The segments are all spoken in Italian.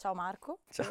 Ciao Marco. Ciao.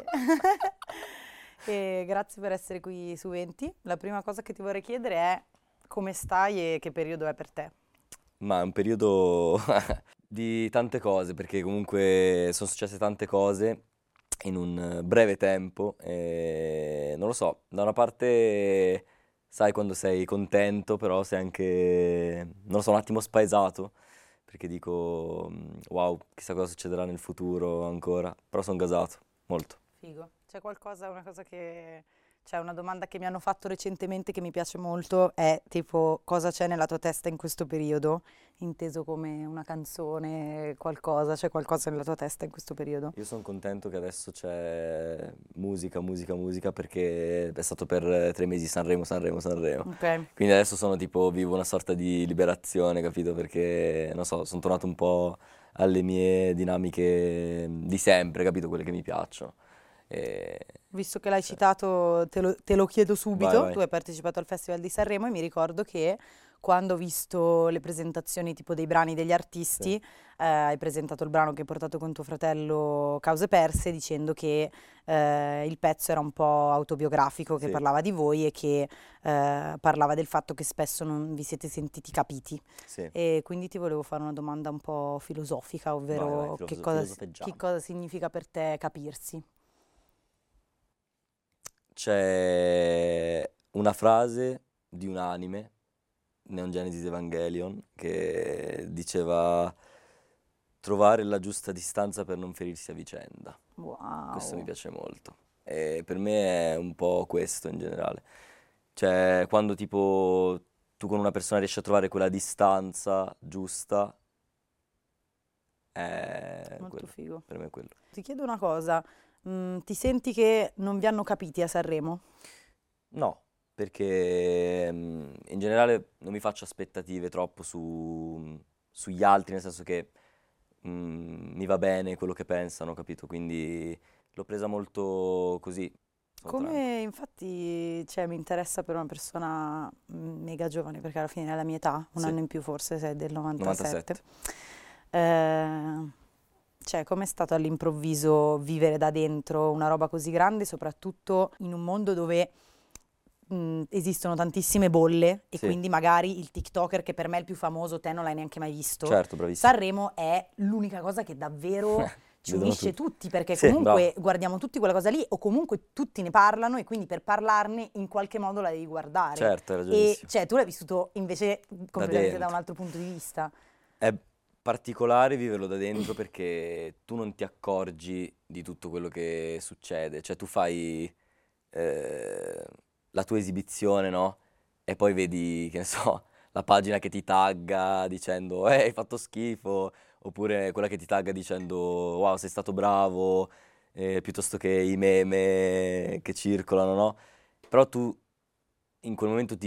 E grazie per essere qui su 20. La prima cosa che ti vorrei chiedere è come stai e che periodo è per te. Ma è un periodo di tante cose, perché comunque sono successe tante cose in un breve tempo e non lo so, da una parte sai quando sei contento, però sei anche, non lo so, un attimo spaesato, perché dico wow, chissà cosa succederà nel futuro ancora, però sono gasato, molto. Figo. C'è qualcosa, una cosa che... C'è una domanda che mi hanno fatto recentemente che mi piace molto, è tipo cosa c'è nella tua testa in questo periodo, inteso come una canzone, qualcosa, c'è qualcosa nella tua testa in questo periodo? Io sono contento che adesso c'è musica, musica, musica perché è stato per 3 mesi Sanremo, Sanremo, Sanremo. Ok. Quindi adesso sono tipo, vivo una sorta di liberazione, capito? Perché, non so, sono tornato un po' alle mie dinamiche di sempre, capito? Quelle che mi piacciono. E... Visto che l'hai sì. citato, te lo chiedo Vai, subito. vai. Tu hai partecipato al Festival di Sanremo e mi ricordo che quando ho visto le presentazioni tipo dei brani degli Sì, artisti, hai presentato il brano che hai portato con tuo fratello Cause Perse, dicendo che il pezzo era un po' autobiografico, che sì, parlava di voi e che parlava del fatto che spesso non vi siete sentiti capiti. sì. E quindi ti volevo fare una domanda un po' filosofica, Vai, vai, ovvero che filosofeggiamo. cosa significa per te capirsi? C'è una frase di un anime, Neon Genesis Evangelion, che diceva trovare la giusta distanza per non ferirsi a vicenda. Questo mi Wow. piace molto. E per me è un po' questo in generale. Cioè, quando tipo tu con una persona riesci a trovare quella distanza giusta, è Molto quello. figo. Per me è quello. Ti chiedo una cosa, ti senti che non vi hanno capiti a Sanremo? No, perché in generale non mi faccio aspettative troppo sugli altri, nel senso che mi va bene quello che pensano, capito? Quindi l'ho presa molto così, sono tranquillo. Come infatti, cioè, mi interessa per una persona mega giovane, perché alla fine è la mia età, un Sì, anno in più forse, sei del 97. 97. Eh, cioè, com'è stato all'improvviso vivere da dentro una roba così grande, soprattutto in un mondo dove esistono tantissime bolle e Sì, quindi magari il TikToker che per me è il più famoso, te non l'hai neanche mai visto. certo, bravissimo. Sanremo è l'unica cosa che davvero ci Vedono unisce tutti. tutti, perché Sì, bravo. comunque guardiamo tutti quella cosa lì o comunque tutti ne parlano e quindi per parlarne in qualche modo la devi guardare. Certo, hai E ragionissimo. cioè tu l'hai vissuto invece Da completamente da un dentro. altro punto di vista. È particolare viverlo da dentro perché tu non ti accorgi di tutto quello che succede. Cioè tu fai eh, la tua esibizione, no? E poi vedi, che ne so, la pagina che ti tagga dicendo hai fatto schifo, oppure quella che ti tagga dicendo wow, sei stato bravo, piuttosto che i meme che circolano, no? Però tu in quel momento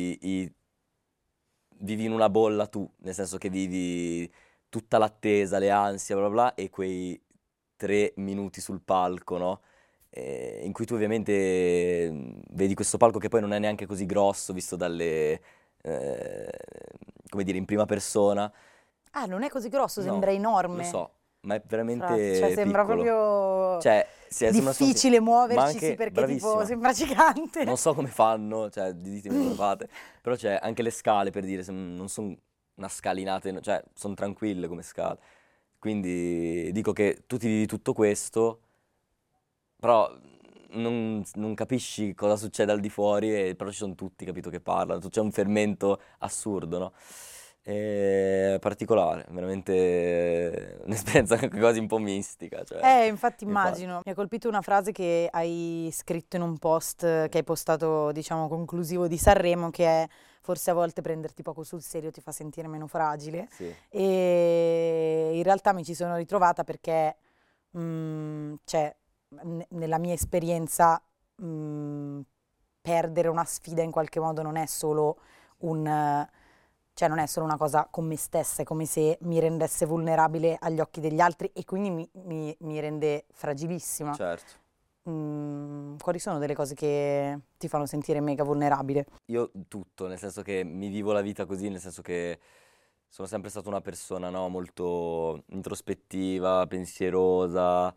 vivi in una bolla tu, nel senso che vivi tutta l'attesa, le ansie, bla bla bla, e quei 3 minuti sul palco, no? In cui tu ovviamente vedi questo palco che poi non è neanche così grosso, visto eh, come dire, in prima persona. Ah, non è così grosso, sembra No, lo enorme. so, ma è Frate, cioè veramente sembra piccolo. proprio Cioè, sembra difficile ma muovercisi anche perché tipo bravissima. sembra gigante. Non so come fanno, cioè, ditemi come fate, però c'è anche le scale per dire, non sono una scalinata, cioè, sono tranquille come scale. Quindi dico che tu ti vivi tutto questo, però non capisci cosa succede al di fuori, però ci sono tutti, capito, che parlano, c'è un fermento assurdo, no? È particolare, veramente un'esperienza quasi un po' mistica, cioè, Infatti infatti. immagino. Mi ha colpito una frase che hai scritto in un post Sì, che hai postato, diciamo, conclusivo di Sanremo, che è forse a volte prenderti poco sul serio ti fa sentire meno fragile. sì, E in realtà mi ci sono ritrovata perché, cioè, nella mia esperienza, mh, perdere una sfida in qualche modo non è solo cioè non è solo una cosa con me stessa, è come se mi rendesse vulnerabile agli occhi degli altri e quindi mi rende fragilissima. certo. Quali sono delle cose che ti fanno sentire mega vulnerabile? Io tutto, nel senso che mi vivo la vita così, nel senso che sono sempre stata una persona, no, molto introspettiva, pensierosa,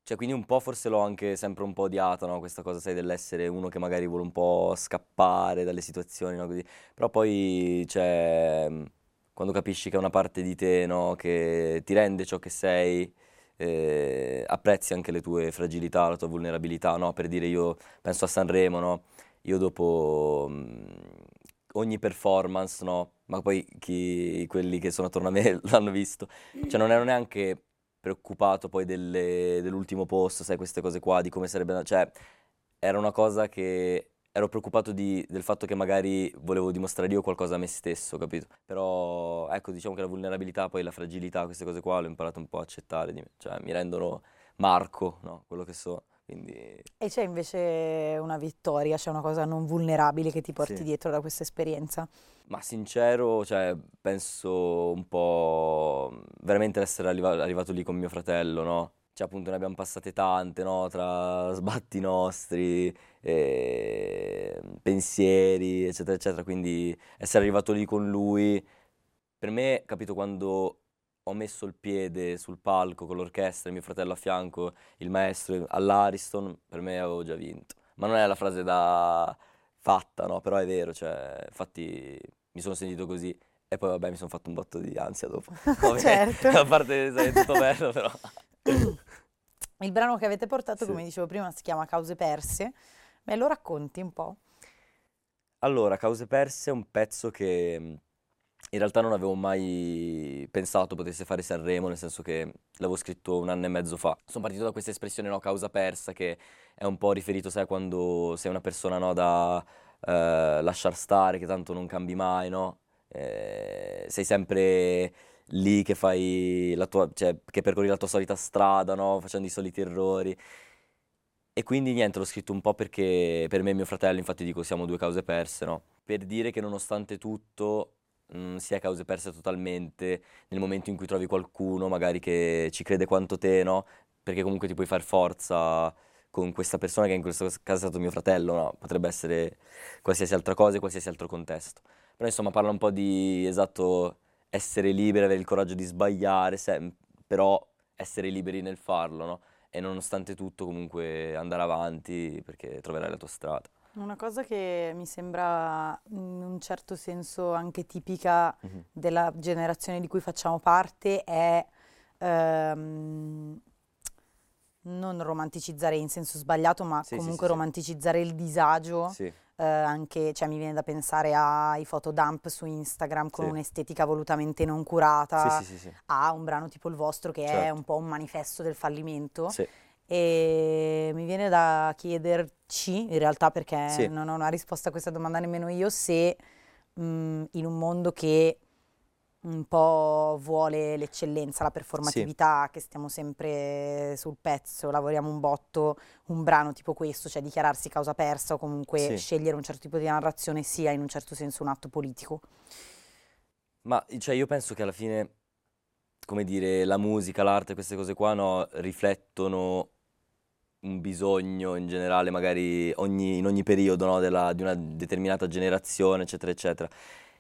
Cioè, quindi un po' forse l'ho anche sempre un po' odiata, no? Questa cosa, sai, dell'essere uno che magari vuole un po' scappare dalle situazioni, no? Così. Però poi, cioè, quando capisci che è una parte di te, no? Che ti rende ciò che sei, apprezzi anche le tue fragilità, la tua vulnerabilità, no? Per dire, io penso a Sanremo, no? Io dopo ogni performance, no? Ma poi quelli che sono attorno a me l'hanno visto, cioè non ero neanche preoccupato poi dell'ultimo posto, sai, queste cose qua, di come sarebbe, cioè, era una cosa che ero preoccupato del fatto che magari volevo dimostrare io qualcosa a me stesso, capito? Però, ecco, diciamo che la vulnerabilità, poi la fragilità, queste cose qua, l'ho imparato un po' a accettare di me, cioè, mi rendono Marco, no? Quello che so, quindi, E c'è invece una vittoria, c'è una cosa non vulnerabile che ti porti sì. dietro da questa esperienza. Ma sincero, cioè, penso un po' veramente essere arrivato lì con mio fratello, no? Cioè, appunto, ne abbiamo passate tante, no? Tra sbatti nostri, pensieri, eccetera, eccetera. Quindi essere arrivato lì con lui, per me, capito, quando ho messo il piede sul palco con l'orchestra e mio fratello a fianco, il maestro all'Ariston, per me avevo già vinto. Ma non è la frase da fatta, no? Però è vero, cioè, infatti mi sono sentito così e poi vabbè mi sono fatto un botto di ansia dopo. Vabbè, Certo. a parte sai, è tutto bello però. Il brano che avete portato, Sì. come dicevo prima, si chiama Cause perse. Me lo racconti un po'? Allora, Cause perse è un pezzo che in realtà non avevo mai pensato potesse fare Sanremo, nel senso che l'avevo scritto un anno e mezzo fa. Sono partito da questa espressione, no, causa persa, che è un po' riferito, sai, quando sei una persona, no, da lasciar stare, che tanto non cambi mai, no? Sei sempre lì che fai la tua, cioè, che percorri la tua solita strada, no? Facendo i soliti errori. E quindi niente, l'ho scritto un po' perché per me e mio fratello, infatti dico, siamo due cause perse, no? Per dire che nonostante tutto si è cause perse totalmente nel momento in cui trovi qualcuno magari che ci crede quanto te, no? Perché comunque ti puoi fare forza con questa persona che in questo caso è stato mio fratello, no? Potrebbe essere qualsiasi altra cosa e qualsiasi altro contesto. Però insomma parla un po' di, esatto, essere liberi, avere il coraggio di sbagliare, però essere liberi nel farlo, no? E nonostante tutto comunque andare avanti perché troverai la tua strada. Una cosa che mi sembra in un certo senso anche tipica Mhm. della generazione di cui facciamo parte è ehm, non romanticizzare in senso sbagliato, ma Sì, sì, sì, comunque sì. romanticizzare il disagio. Sì, Anche, cioè, mi viene da pensare ai fotodump su Instagram con sì, un'estetica volutamente non sì, sì, curata, sì, sì, a un brano tipo il vostro che è un certo. po' un manifesto del fallimento. Sì, E mi viene da chiederci, in realtà perché sì, non ho una risposta a questa domanda nemmeno io, se in un mondo che un po' vuole l'eccellenza, la sì, performatività, che stiamo sempre sul pezzo, lavoriamo un botto, un brano tipo questo, cioè dichiararsi causa persa o comunque sì. scegliere un certo tipo di narrazione sia in un certo senso un atto politico. Ma cioè io penso che alla fine, come dire, la musica, l'arte, queste cose qua, no, riflettono un bisogno in generale, magari in ogni periodo, no, di una determinata generazione, eccetera, eccetera.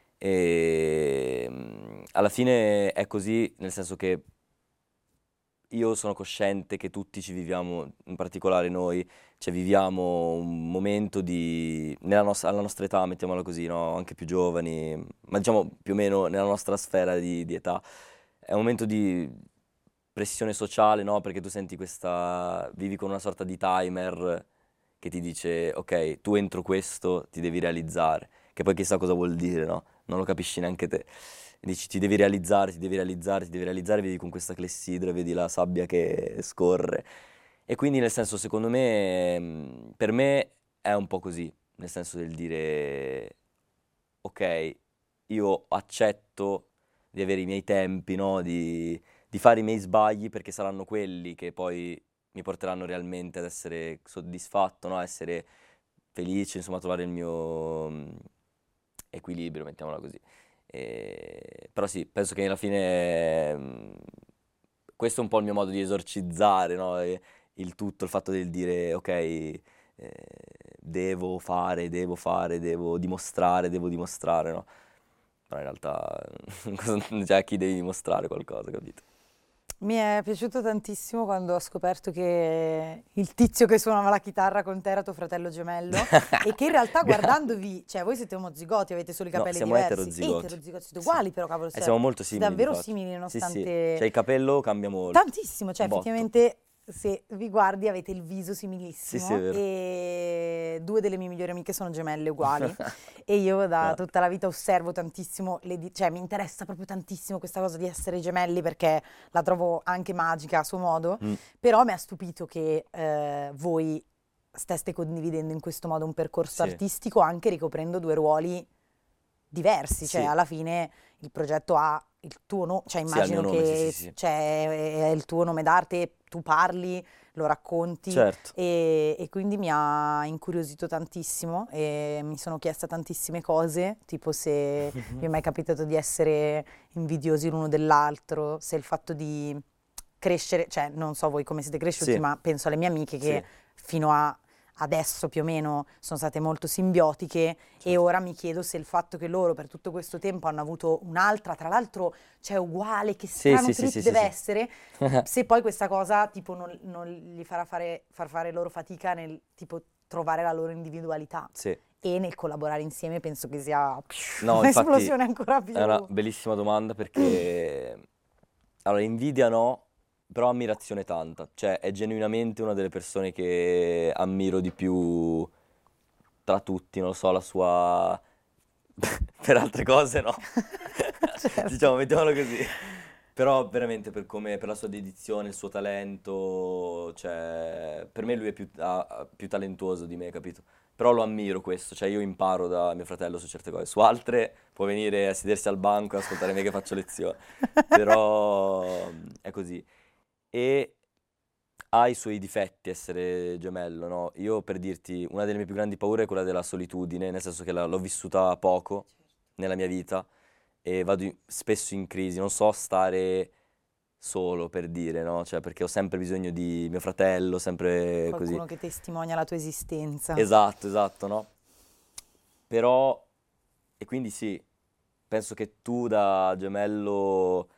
E alla fine è così, nel senso che io sono cosciente che tutti ci viviamo, in particolare noi, cioè viviamo un momento alla nostra età, mettiamola così, no? Anche più giovani, ma diciamo più o meno nella nostra sfera di età. È un momento di pressione sociale, no? Perché tu senti vivi con una sorta di timer che ti dice, ok, tu entro questo ti devi realizzare, che poi chissà cosa vuol dire, no? Non lo capisci neanche te. Dici ti devi realizzare, ti devi realizzare, ti devi realizzare, vedi con questa clessidra, vedi la sabbia che scorre. E quindi nel senso, secondo me, per me è un po' così, nel senso del dire, ok, io accetto di avere i miei tempi, no? Di fare i miei sbagli perché saranno quelli che poi mi porteranno realmente ad essere soddisfatto, no? A essere felice, insomma, a trovare il mio equilibrio, mettiamola così. Però sì, penso che alla fine questo è un po' il mio modo di esorcizzare, no? Il tutto, il fatto del dire, ok, devo fare, devo dimostrare, no? Però in realtà, cioè, a chi devi dimostrare qualcosa, capito? Mi è piaciuto tantissimo quando ho scoperto che il tizio che suonava la chitarra con te era tuo fratello gemello e che in realtà Grande. guardandovi, cioè voi siete omozigoti, avete solo i No, capelli siamo diversi. eterozigoti. Eterozigoti, siete Sì. uguali però, cavolo, Siamo molto siete simili, davvero difatti. simili Sì, sì. nonostante Cioè, il capello cambia molto. tantissimo, cioè Un botto. effettivamente se vi guardi avete il viso Sì, sì, è similissimo vero. e due delle mie migliori amiche sono gemelle uguali e io da Grande. tutta la vita osservo tantissimo, cioè mi interessa proprio tantissimo questa cosa di essere gemelli perché la trovo anche magica a suo modo, Mm, però mi ha stupito che voi steste condividendo in questo modo un percorso sì, artistico anche ricoprendo due ruoli diversi, cioè sì, alla fine il progetto ha il tuo nome, cioè sì, al mio immagino nome, sì, sì, che sì. è il tuo nome d'arte, tu parli, lo racconti Certo. e quindi mi ha incuriosito tantissimo e mi sono chiesta tantissime cose, tipo se vi è mai capitato di essere invidiosi l'uno dell'altro, se il fatto di crescere, cioè non so voi come siete cresciuti, Sì, ma penso alle mie amiche che sì, fino a adesso più o meno sono state molto simbiotiche e certo. ora mi chiedo se il fatto che loro per tutto questo tempo hanno avuto un'altra, tra l'altro, cioè uguale, che Sì, strano sì, sì, trip sì, sì, deve sì. essere, se poi questa cosa tipo non gli farà far fare loro fatica nel tipo trovare la loro individualità Sì. e nel collaborare insieme penso che sia No, infatti un'esplosione ancora è una più... bellissima domanda perché allora invidia no, però ammirazione tanta. Cioè, è genuinamente una delle persone che ammiro di più tra tutti, non lo so, la sua per altre cose no. Certo. Diciamo, mettiamolo così. Però veramente per come, per la sua dedizione, il suo talento, cioè, per me lui è più talentuoso di me, capito? Però lo ammiro questo, cioè io imparo da mio fratello su certe cose, su altre può venire a sedersi al banco e ascoltare me che faccio lezione, però è così. E ha i suoi difetti essere gemello, no? Io per dirti, una delle mie più grandi paure è quella della solitudine, nel senso che l'ho vissuta poco nella mia vita e spesso in crisi, non so stare solo per dire, no? Cioè perché ho sempre bisogno di mio fratello, sempre così. Qualcuno che testimonia la tua esistenza. Esatto, esatto, no? Però, e quindi sì, penso che tu da gemello,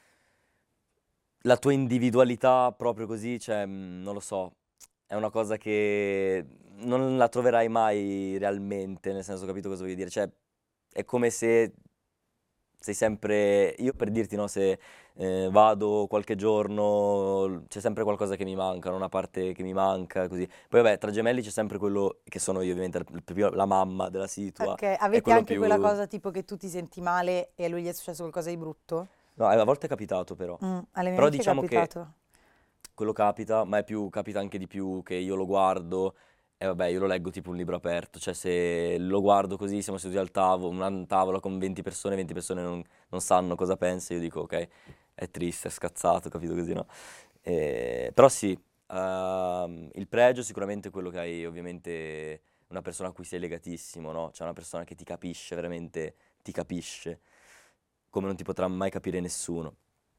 la tua individualità proprio così, cioè, non lo so, è una cosa che non la troverai mai realmente, nel senso, capito cosa voglio dire? Cioè, è come se sei sempre, io per dirti, no, se vado qualche giorno, c'è sempre qualcosa che mi manca, una parte che mi manca, così. Poi vabbè, tra gemelli c'è sempre quello che sono io, ovviamente, la mamma della situa, Ok, è avete quello anche quella più... cosa tipo che tu ti senti male e a lui gli è successo qualcosa di brutto? No, a volte è capitato però. Alle mie Però amiche è diciamo che capitato. quello capita, ma capita anche di più che io lo guardo e vabbè, io lo leggo tipo un libro aperto, cioè se lo guardo così, siamo seduti al tavolo, una tavola con 20 persone non sanno cosa pensa, io dico ok, è triste, è scazzato, capito così, no? Però sì, il pregio sicuramente è quello che hai ovviamente una persona a cui sei legatissimo, no? Cioè una persona che ti capisce, veramente ti capisce, come non ti potrà mai capire nessuno.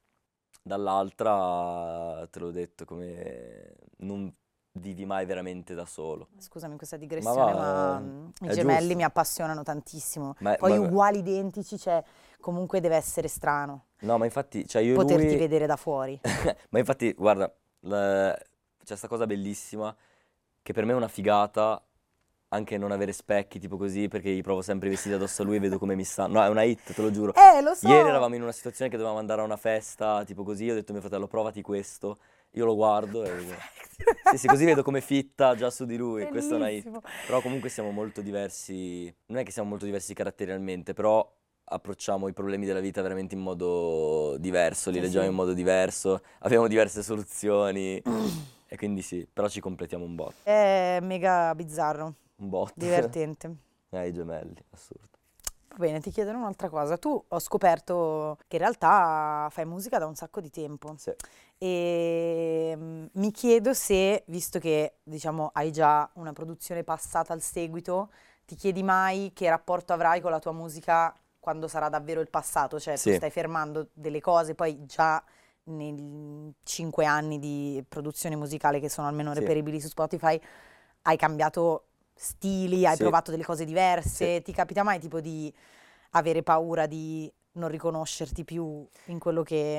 Dall'altra, te l'ho detto, come non vivi mai veramente da solo. Scusami questa Ma digressione, va, ma i è gemelli mi giusto. appassionano tantissimo. Ma, Poi ma- uguali identici, cioè comunque deve essere strano no, ma infatti, cioè io e poterti lui... vedere da fuori. Ma infatti, guarda, c'è sta cosa bellissima che per me è una figata anche non avere specchi tipo così perché gli provo sempre i vestiti addosso a lui e vedo come mi stanno. No, è una hit, te lo giuro. Lo Ieri so! eravamo in una situazione che dovevamo andare a una festa tipo così, ho detto a mio fratello provati questo, io lo guardo e dico... Sì, sì, così vedo come fitta già su di lui, questa è una hit. Bellissimo. Però comunque siamo molto diversi, non è che siamo molto diversi caratterialmente, però approcciamo i problemi della vita veramente in modo diverso, li Sì, leggiamo in sì. modo diverso, abbiamo diverse soluzioni e quindi sì, però ci completiamo È mega bizzarro, un botto. divertente. I gemelli, assurdo. Va bene, ti chiedo un'altra cosa. Tu ho scoperto che in realtà fai musica da un sacco di tempo Sì, e mi chiedo se, visto che diciamo hai già una produzione passata al seguito, ti chiedi mai che rapporto avrai con la tua musica quando sarà davvero il passato, cioè tu sì, stai fermando delle cose, poi già nei 5 anni di produzione musicale che sono almeno sì, reperibili su Spotify, hai cambiato stili, hai sì, provato delle cose sì. diverse, ti capita mai tipo di avere paura di non riconoscerti più in quello che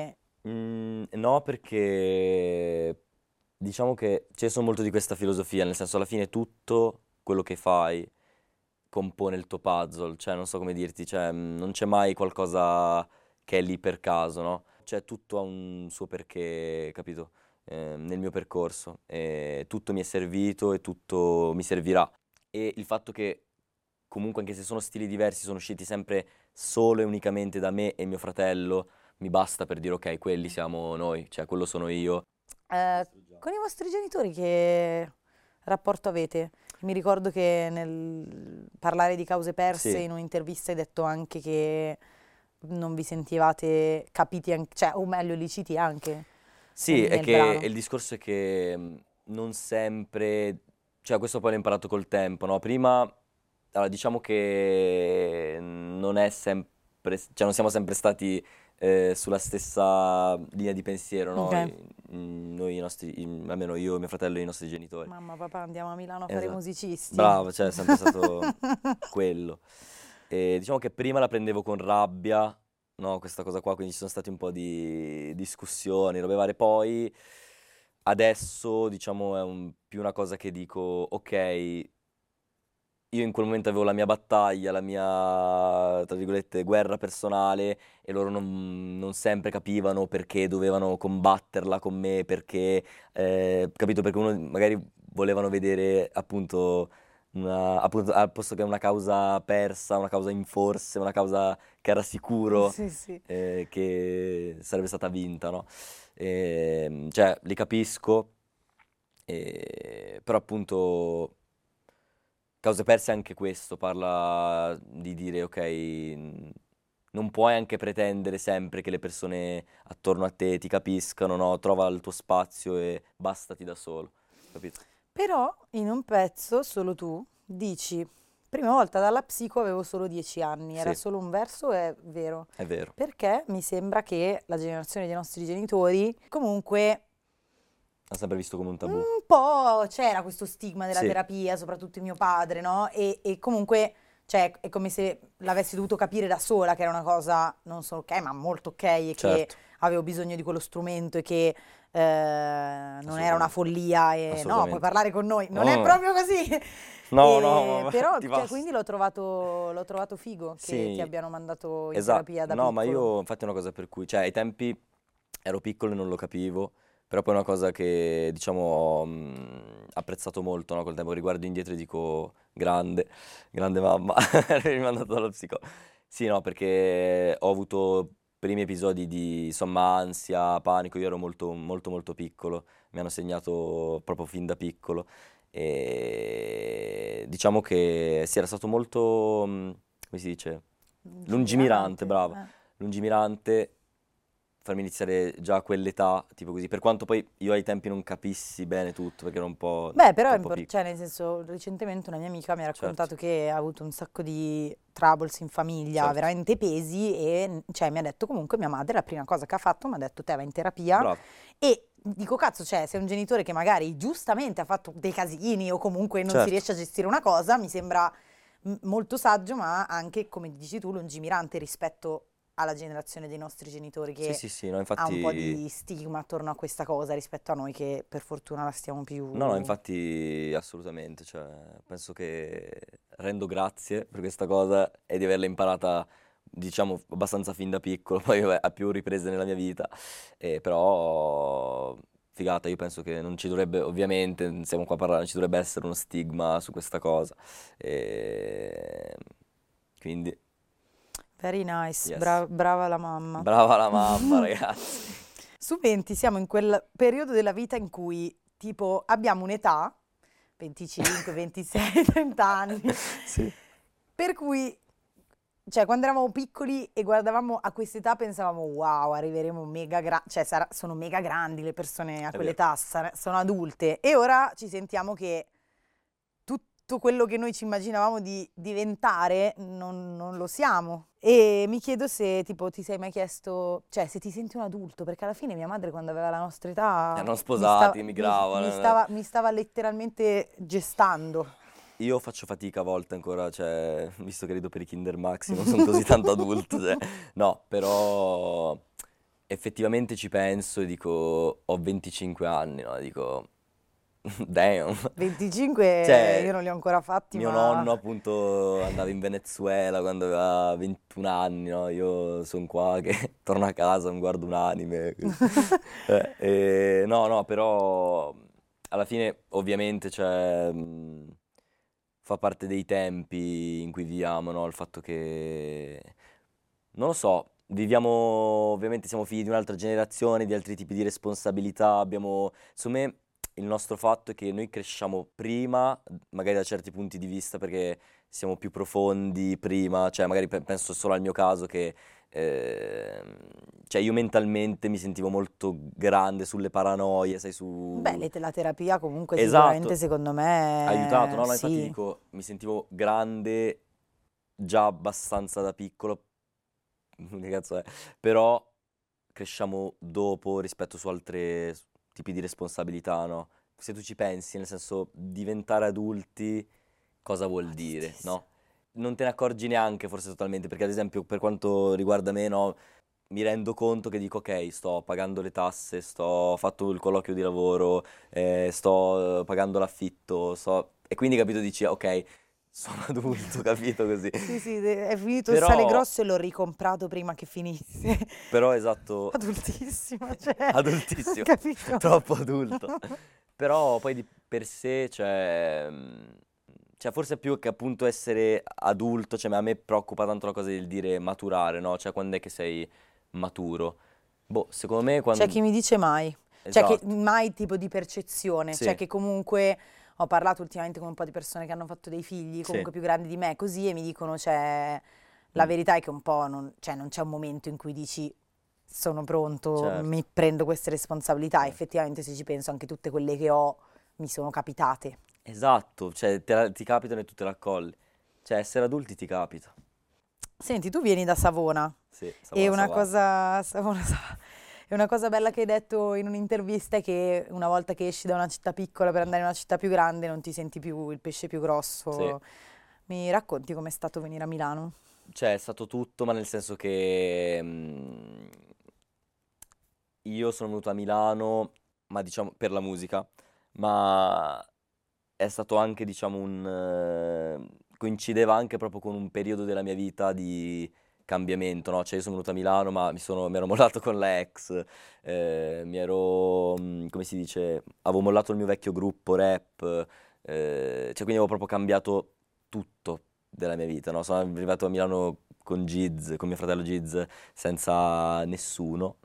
No, perché diciamo che c'è sono molto di questa filosofia, nel senso alla fine tutto quello che fai compone il tuo puzzle, cioè non so come dirti, cioè non c'è mai qualcosa che è lì per caso, no? Cioè tutto ha un suo perché, capito? Nel mio percorso, e tutto mi è servito e tutto mi servirà. E il fatto che comunque anche se sono stili diversi, sono usciti sempre solo e unicamente da me e mio fratello, mi basta per dire ok, quelli siamo noi, cioè quello sono io. Eh, Questo già. con i vostri genitori che rapporto avete? Mi ricordo che nel parlare di cause perse Sì, in un'intervista hai detto anche che non vi sentivate capiti, cioè, o meglio, liciti anche sì, è nel che brano. il discorso è che non sempre, cioè questo poi l'ho imparato col tempo, no? Prima, allora, diciamo che non è sempre, cioè non siamo sempre stati sulla stessa linea di pensiero, Ok. no? Noi, almeno io, mio fratello e i nostri genitori. Mamma, papà, andiamo a Milano a fare i Esatto, musicisti. bravo, cioè è sempre stato quello. E diciamo che prima la prendevo con rabbia, no, questa cosa qua, quindi ci sono stati un po' di discussioni, robe varie. Poi adesso, diciamo, è più una cosa che dico, ok, io in quel momento avevo la mia battaglia, la mia, tra virgolette, guerra personale e loro non sempre capivano perché dovevano combatterla con me, perché, capito? Perché uno magari volevano vedere appunto, appunto al posto che una causa persa, una causa in forse, una causa che era sicuro Sì, sì. che sarebbe stata vinta, no? Cioè, li capisco, però appunto cause perse è anche questo, parla di dire ok, non puoi anche pretendere sempre che le persone attorno a te ti capiscano, no? Trova il tuo spazio e bastati da solo, capito? Però in un pezzo, solo tu, dici, prima volta dalla psico avevo solo 10 anni, era Sì, solo un verso, è vero. è vero, Perché mi sembra che la generazione dei nostri genitori comunque ha sempre visto come un tabù. un po' c'era questo stigma della Sì, terapia, soprattutto mio padre, no? E comunque, cioè, è come se l'avessi dovuto capire da sola che era una cosa non solo ok, ma molto ok e che certo, avevo bisogno di quello strumento e che non era una assolutamente, follia e no, puoi assolutamente. parlare con noi. Non è Oh, proprio così. no, no, Però, ti cioè, basta. quindi l'ho trovato figo che ti Sì, abbiano mandato in esatto. terapia da No, ma piccolo. io infatti è una cosa per cui, cioè ai tempi ero piccolo e non lo capivo, però poi è una cosa che diciamo ho apprezzato molto, no? Col tempo riguardo indietro e dico grande, grande mamma, mi ha mandato dallo psicologo. Sì, no, perché ho avuto primi episodi di insomma ansia, panico, io ero molto molto molto piccolo, mi hanno segnato proprio fin da piccolo e diciamo che sì, era stato molto, come si dice? Lungimirante, Lungimirante. bravo. Lungimirante, farmi iniziare già a quell'età, tipo così. Per quanto poi io ai tempi non capissi bene tutto, perché ero un po' Beh, però, troppo piccolo. cioè, nel senso, recentemente una mia amica mi ha Certo, raccontato che ha avuto un sacco di troubles in famiglia, certo. veramente pesi, e cioè, mi ha detto comunque mia madre, la prima cosa che ha fatto, mi ha detto te vai in terapia, Bravo. e dico cazzo, cioè, se un genitore che magari giustamente ha fatto dei casini o comunque non si Certo. riesce a gestire una cosa, mi sembra molto saggio, ma anche, come dici tu, lungimirante rispetto alla generazione dei nostri genitori Sì, che sì, sì, no, ha un po' infatti... di stigma attorno a questa cosa rispetto a noi che per fortuna la stiamo No, no, più... infatti assolutamente, cioè, penso che rendo grazie per questa cosa e di averla imparata, diciamo, abbastanza fin da piccolo, poi vabbè, a più riprese nella mia vita, però figata, io penso che non ci dovrebbe, ovviamente, non siamo qua a parlare, non ci dovrebbe essere uno stigma su questa cosa, e quindi, Very nice, yes, brava la mamma. brava la mamma, ragazzi. Su 20 siamo in quel periodo della vita in cui tipo abbiamo un'età, 25, 26, 30 anni, Sì, per cui, cioè quando eravamo piccoli e guardavamo a quest'età pensavamo wow, arriveremo mega grandi, cioè sono mega grandi le persone a è vero. quell'età, sono adulte e ora ci sentiamo che tutto quello che noi ci immaginavamo di diventare non lo siamo. E mi chiedo se tipo ti sei mai chiesto, cioè se ti senti un adulto, perché alla fine mia madre quando aveva la nostra età Erano sposati, migravano. mi stava letteralmente gestando. Io faccio fatica a volte ancora, cioè, visto che rido per i Kinder Maxi, non sono così tanto adulto, cioè. No, però effettivamente ci penso e dico, ho 25 anni, no? Dico, damn. 25 io Cioè, non li ho ancora fatti, mio ma nonno appunto andava in Venezuela quando aveva 21 anni, no? Io sono qua che torno a casa, mi guardo un anime. Così. No, no, però alla fine ovviamente cioè, fa parte dei tempi in cui viviamo, no? Il fatto che, non lo so, viviamo, ovviamente siamo figli di un'altra generazione, di altri tipi di responsabilità, abbiamo, secondo me il nostro fatto è che noi cresciamo prima, magari da certi punti di vista, perché siamo più profondi prima, cioè magari penso solo al mio caso che ehm, cioè io mentalmente mi sentivo molto grande sulle paranoie, sai, beh, su... la terapia comunque sicuramente Esatto, secondo ha aiutato, me no? No, infatti sì. dico, mi sentivo grande già abbastanza da piccolo, che cazzo è, però cresciamo dopo rispetto su altri tipi di responsabilità, no? Se tu ci pensi, nel senso, diventare adulti, cosa vuol dire, Adultissimo. no? Non te ne accorgi neanche forse totalmente, perché ad esempio per quanto riguarda me, no, mi rendo conto che dico, ok, sto pagando le tasse, ho fatto il colloquio di lavoro, sto pagando l'affitto, e quindi capito, dici, ok, sono adulto, capito così. Sì, sì, è finito il sale Però, grosso e l'ho ricomprato prima che finisse. però esatto, Adultissimo, cioè, adultissimo, capito? troppo adulto. Però poi di per sé, cioè forse più che appunto essere adulto, cioè a me preoccupa tanto la cosa del dire maturare, no? Cioè quando è che sei maturo? Boh, secondo me C'è quando... chi mi dice mai, cioè che Esatto, mai tipo di percezione, cioè sì, che comunque ho parlato ultimamente con un po' di persone che hanno fatto dei figli, sì, comunque più grandi di me, così, e mi dicono, cioè, la mm, verità è che un po' non, cioè, non c'è un momento in cui dici sono pronto, certo, mi prendo queste responsabilità. certo. Effettivamente, se ci penso, anche tutte quelle che ho mi sono capitate. Esatto, cioè ti capitano e tu te la accolli. Cioè essere adulti ti capita. Senti, tu vieni da Savona Sì, e Savona Savara. e una cosa bella che hai detto in un'intervista è che una volta che esci da una città piccola per andare in una città più grande non ti senti più il pesce più Sì. grosso. Mi racconti com'è stato venire a Milano? Cioè, è stato tutto, ma nel senso che io sono venuto a Milano, ma diciamo per la musica, ma è stato anche, diciamo, coincideva anche proprio con un periodo della mia vita di cambiamento, no? Cioè, io sono venuto a Milano, ma mi ero mollato con la ex, come si dice, avevo mollato il mio vecchio gruppo rap, cioè, quindi avevo proprio cambiato tutto della mia vita, no? Sono arrivato a Milano con Giz, con mio fratello Giz, senza nessuno.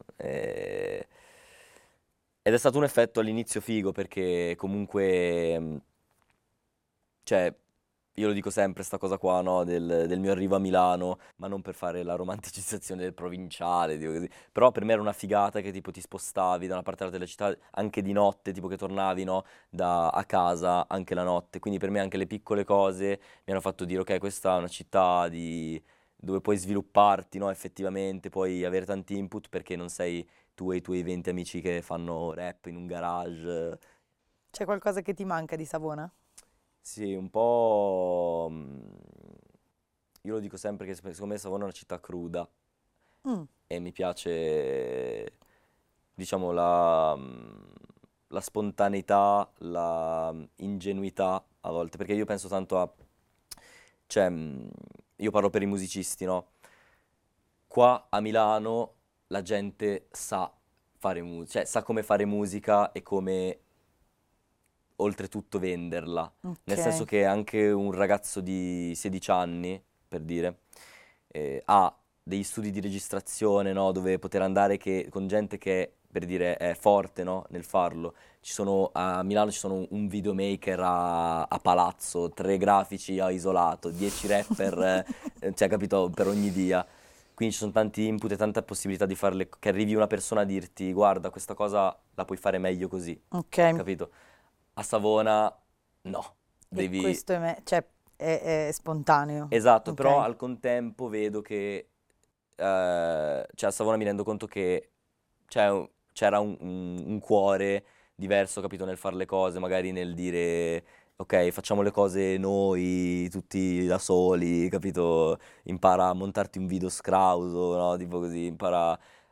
Ed è stato un effetto all'inizio figo perché comunque, cioè, io lo dico sempre sta cosa qua, no? Del mio arrivo a Milano, ma non per fare la romanticizzazione del provinciale, dico così. Però per me era una figata che tipo ti spostavi da una parte all'altra della città, anche di notte, tipo che tornavi, no? A casa anche la notte. Quindi per me anche le piccole cose mi hanno fatto dire, ok, questa è una città dove puoi svilupparti, no? Effettivamente, puoi avere tanti input perché non sei tu e i tuoi 20 amici che fanno rap in un garage. C'è qualcosa che ti manca di Savona? Sì, un po'... io lo dico sempre che secondo me Savona è una città cruda Mm, e mi piace, diciamo, la spontaneità, la ingenuità a volte, perché io penso tanto a... cioè, io parlo per i musicisti, no? Qua a Milano la gente sa fare musica, cioè sa come fare musica e come oltretutto venderla. Nel senso ok. che anche un ragazzo di 16 anni, per dire, ha degli studi di registrazione, no? Dove poter andare con gente che, per dire, è forte, no? Nel farlo. A Milano ci sono un videomaker a palazzo, 3 grafici a isolato, 10 rapper, cioè, capito, per ogni via. Quindi ci sono tanti input e tanta possibilità di farle, che arrivi una persona a dirti, guarda, questa cosa la puoi fare meglio così, Ok, capito? A Savona no, e devi... questo cioè, è spontaneo. Esatto, però Ok. al contempo vedo che... cioè a Savona mi rendo conto che c'era un cuore diverso, capito, nel fare le cose, magari nel dire... Ok, facciamo le cose noi, tutti da soli, capito? Impara a montarti un video scrauso, no? Tipo così, impara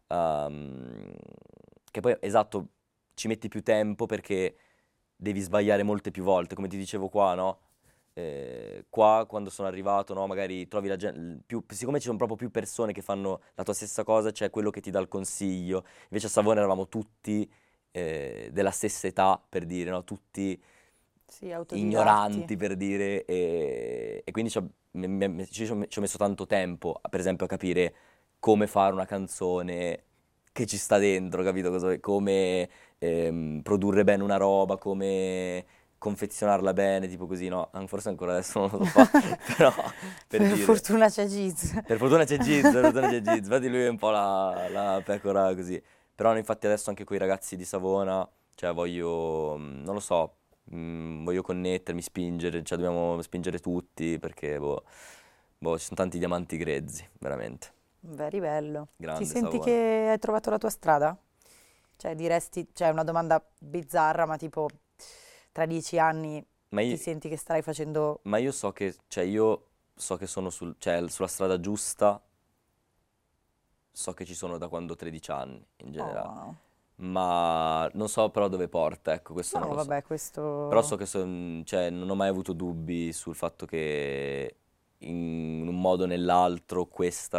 che poi, esatto, ci metti più tempo perché devi sbagliare molte più volte, come ti dicevo qua, no? Qua quando sono arrivato, no, magari trovi la gente, siccome ci sono proprio più persone che fanno la tua stessa cosa, c'è quello che ti dà il consiglio. Invece a Savona eravamo tutti della stessa età, per dire, no? Tutti Sì, autodidatti. ignoranti, per dire, e quindi ci ho messo tanto tempo, per esempio, a capire come fare una canzone che ci sta dentro, capito? Come produrre bene una roba, come confezionarla bene, tipo così, no? Forse ancora adesso non lo so fare, però per Per dire. fortuna c'è Giz. Per fortuna c'è Giz, per fortuna c'è Giz, infatti lui è un po' la pecora così. Però no, infatti adesso anche con i ragazzi di Savona, cioè voglio, non lo so, voglio connettermi, spingere, cioè dobbiamo spingere tutti perché, ci sono tanti diamanti grezzi, veramente. Very bello. Ti Grande senti Savona. che hai trovato la tua strada? Cioè, diresti, cioè, è una domanda bizzarra, ma tipo, tra 10 anni Ma ti io, senti che starai facendo... ma io so che, cioè io so che sono cioè, sulla strada giusta, so che ci sono da quando ho 13 anni, in Oh, generale. wow. Ma non so però dove porta, ecco, questo non No, lo so. vabbè, Però so questo... che cioè, non ho mai avuto dubbi sul fatto che in un modo o nell'altro questa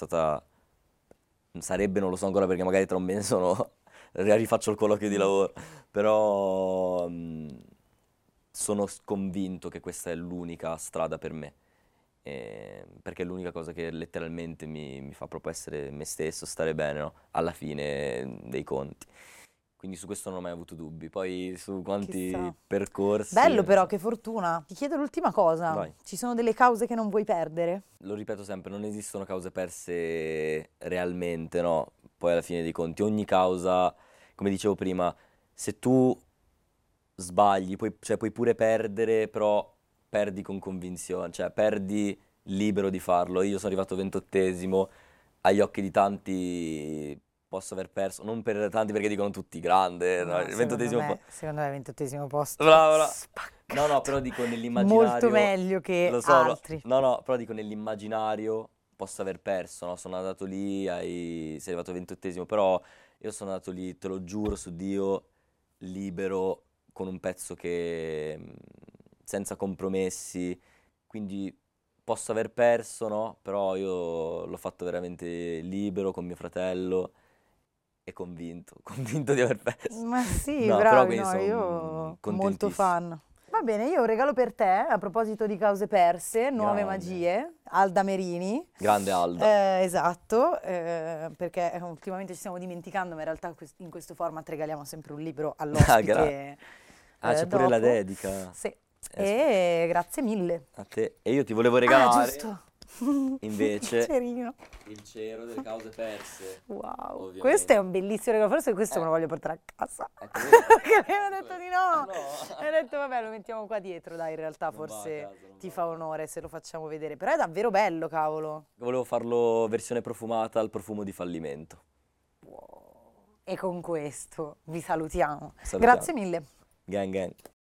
sarebbe, non lo so ancora perché magari tra un mese rifaccio il colloquio di lavoro, però sono convinto che questa è l'unica strada per me, perché è l'unica cosa che letteralmente mi fa proprio essere me stesso, stare bene, no? Alla fine dei conti. Quindi su questo non ho mai avuto dubbi. Poi su quanti Chissà. percorsi, Bello non però, so. che fortuna. Ti chiedo l'ultima cosa. Vai. Ci sono delle cause che non vuoi perdere? Lo ripeto sempre, non esistono cause perse realmente, no? Poi alla fine dei conti, ogni causa, come dicevo prima, se tu sbagli, cioè puoi pure perdere, però perdi con convinzione, cioè perdi libero di farlo. Io sono arrivato 28esimo, agli occhi di tanti posso aver perso, non per tanti perché dicono tutti grande, no? No, Il 28esimo secondo me il 28° posto Bravo, bravo. No, no, però spaccato. dico Molto nell'immaginario, meglio che lo so, altri. no, no, però dico nell'immaginario posso aver perso, no? Sono andato lì, sei arrivato 28esimo, però io sono andato lì, te lo giuro su Dio, libero, con un pezzo che, senza compromessi, quindi posso aver perso, no? Però io l'ho fatto veramente libero con mio fratello e convinto, convinto di aver perso. Ma sì, No, però bravi, quindi no, sono io molto contentissimo. fan. Va bene, io ho un regalo per te, a proposito di cause perse, nuove Grande, magie, Alda Merini. grande Alda. Esatto, perché ultimamente ci stiamo dimenticando, ma in realtà in questo format regaliamo sempre un libro Ah, all'ospite ah, c'è pure la dopo. dedica. Sì, Sp- e grazie mille. a te. E io ti volevo Ah, regalare giusto. Il invece cerino. il cero delle cause perse, Wow, questo è ovviamente. un bellissimo regalo, forse questo me Eh, lo voglio portare a casa. ecco, vedi? Perché mi hanno detto di no. No, E ho detto vabbè, lo mettiamo qua dietro, dai, in realtà non va a forse casa, non ti va a fa casa. onore se lo facciamo vedere. Però è davvero bello, cavolo. Volevo farlo versione profumata al profumo di fallimento. Wow. E con questo vi salutiamo. Salutiamo. Grazie mille. Gang gang.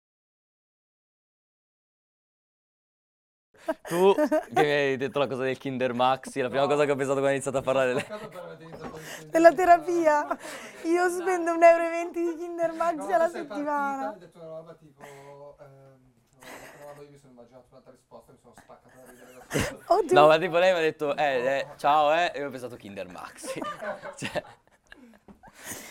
Tu che mi hai detto la cosa del Kinder Maxi, la prima cosa che ho pensato quando hai iniziato a parlare Della terapia. Io spendo 1,20 € di Kinder Maxi alla settimana. Hai detto una roba tipo, io mi sono immaginato un'altra risposta, mi sono staccato da ridere da solo. Oddio. No, ma tipo lei mi ha detto, ciao, e io ho pensato Kinder Maxi. Cioè,